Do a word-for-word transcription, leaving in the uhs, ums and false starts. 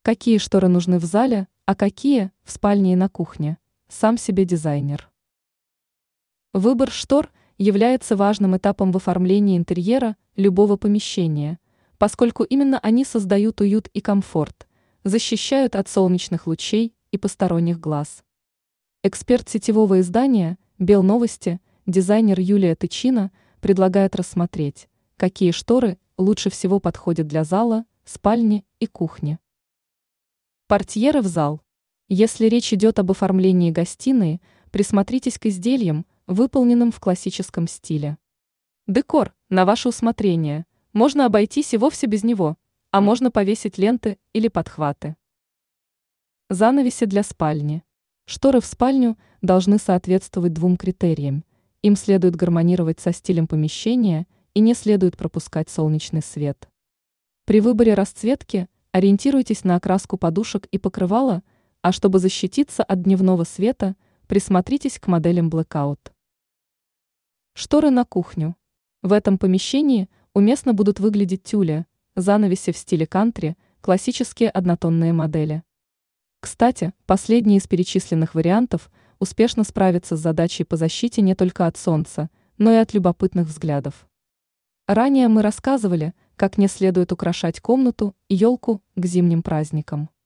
Какие шторы нужны в зале, а какие в спальне и на кухне? Сам себе дизайнер. Выбор штор является важным этапом в оформлении интерьера любого помещения, поскольку именно они создают уют и комфорт, защищают от солнечных лучей и посторонних глаз. Эксперт сетевого издания «Белновости», дизайнер Юлия Тычина, предлагает рассмотреть, какие шторы лучше всего подходят для зала, спальни и кухни. Портьеры в зал. Если речь идет об оформлении гостиной, присмотритесь к изделиям, выполненным в классическом стиле. Декор на ваше усмотрение. Можно обойтись и вовсе без него, а можно повесить ленты или подхваты. Занавеси для спальни. Шторы в спальню должны соответствовать двум критериям. Им следует гармонировать со стилем помещения и не следует пропускать солнечный свет. При выборе расцветки ориентируйтесь на окраску подушек и покрывала, а чтобы защититься от дневного света, присмотритесь к моделям Blackout. Шторы на кухню. В этом помещении уместно будут выглядеть тюли, занавеси в стиле кантри, классические однотонные модели. Кстати, последний из перечисленных вариантов успешно справится с задачей по защите не только от солнца, но и от любопытных взглядов. Ранее мы рассказывали, как не следует украшать комнату и елку к зимним праздникам.